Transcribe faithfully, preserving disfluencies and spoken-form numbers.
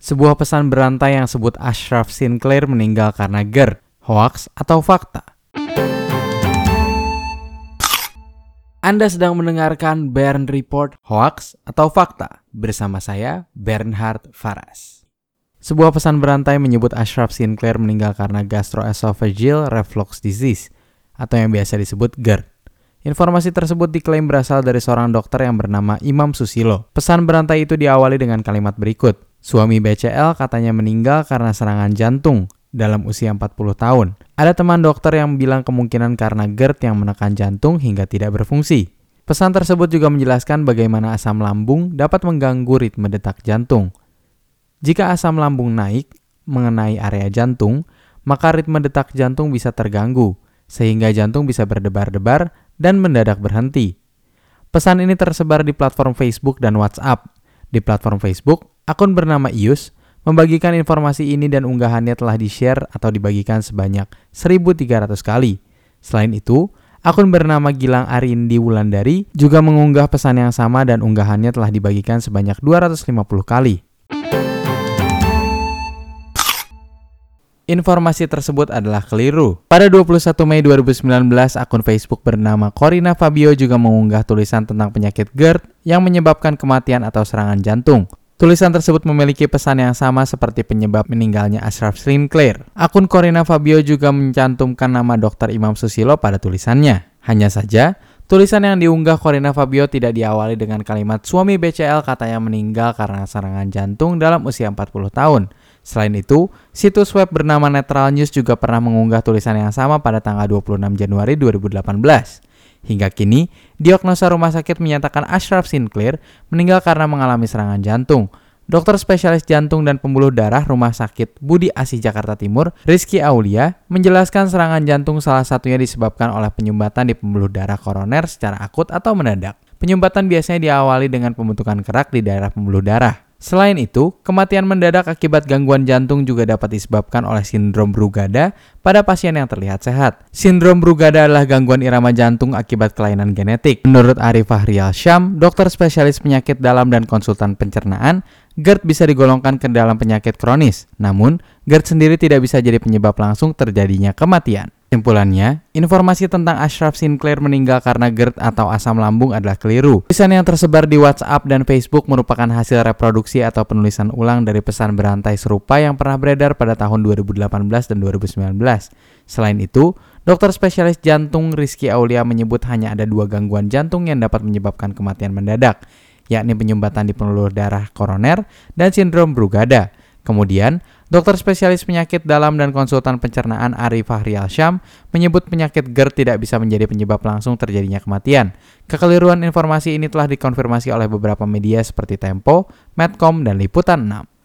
Sebuah pesan berantai yang sebut Ashraf Sinclair meninggal karena GERD, hoaks atau fakta? Anda sedang mendengarkan Bern Report, hoaks atau fakta? Bersama saya, Bernhard Faras. Sebuah pesan berantai menyebut Ashraf Sinclair meninggal karena gastroesophageal reflux disease, atau yang biasa disebut GERD. Informasi tersebut diklaim berasal dari seorang dokter yang bernama Imam Susilo. Pesan berantai itu diawali dengan kalimat berikut. Suami B C L katanya meninggal karena serangan jantung dalam usia empat puluh tahun. Ada teman dokter yang bilang kemungkinan karena GERD yang menekan jantung hingga tidak berfungsi. Pesan tersebut juga menjelaskan bagaimana asam lambung dapat mengganggu ritme detak jantung. Jika asam lambung naik mengenai area jantung, maka ritme detak jantung bisa terganggu, sehingga jantung bisa berdebar-debar dan mendadak berhenti. Pesan ini tersebar di platform Facebook dan WhatsApp. Di platform Facebook, akun bernama Ius membagikan informasi ini dan unggahannya telah di-share atau dibagikan sebanyak seribu tiga ratus kali. Selain itu, akun bernama Gilang Arindi Wulandari juga mengunggah pesan yang sama dan unggahannya telah dibagikan sebanyak dua ratus lima puluh kali. Informasi tersebut adalah keliru. Pada dua puluh satu Mei dua ribu sembilan belas, akun Facebook bernama Corina Fabio juga mengunggah tulisan tentang penyakit GERD yang menyebabkan kematian atau serangan jantung. Tulisan tersebut memiliki pesan yang sama seperti penyebab meninggalnya Ashraf Sinclair. Akun Corina Fabio juga mencantumkan nama dokter Imam Susilo pada tulisannya. Hanya saja, tulisan yang diunggah Corina Fabio tidak diawali dengan kalimat suami B C L katanya meninggal karena serangan jantung dalam usia empat puluh tahun. Selain itu, situs web bernama Netral News juga pernah mengunggah tulisan yang sama pada tanggal dua puluh enam Januari dua ribu delapan belas. Hingga kini, diagnosa rumah sakit menyatakan Ashraf Sinclair meninggal karena mengalami serangan jantung. Dokter spesialis jantung dan pembuluh darah Rumah Sakit Budi Asih Jakarta Timur, Rizky Aulia, menjelaskan serangan jantung salah satunya disebabkan oleh penyumbatan di pembuluh darah koroner secara akut atau mendadak. Penyumbatan biasanya diawali dengan pembentukan kerak di daerah pembuluh darah. Selain itu, kematian mendadak akibat gangguan jantung juga dapat disebabkan oleh sindrom Brugada pada pasien yang terlihat sehat. Sindrom Brugada adalah gangguan irama jantung akibat kelainan genetik. Menurut Arif Fahrial Syam, dokter spesialis penyakit dalam dan konsultan pencernaan, GERD bisa digolongkan ke dalam penyakit kronis. Namun, GERD sendiri tidak bisa jadi penyebab langsung terjadinya kematian. Kesimpulannya, informasi tentang Ashraf Sinclair meninggal karena GERD atau asam lambung adalah keliru. Tulisan yang tersebar di WhatsApp dan Facebook merupakan hasil reproduksi atau penulisan ulang dari pesan berantai serupa yang pernah beredar pada tahun dua ribu delapan belas dan dua ribu sembilan belas. Selain itu, dokter spesialis jantung Rizky Aulia menyebut hanya ada dua gangguan jantung yang dapat menyebabkan kematian mendadak, yakni penyumbatan di pembuluh darah koroner dan sindrom Brugada. Kemudian, dokter spesialis penyakit dalam dan konsultan pencernaan Arif Fahrial Syam menyebut penyakit GERD tidak bisa menjadi penyebab langsung terjadinya kematian. Kekeliruan informasi ini telah dikonfirmasi oleh beberapa media seperti Tempo, Medcom, dan Liputan enam.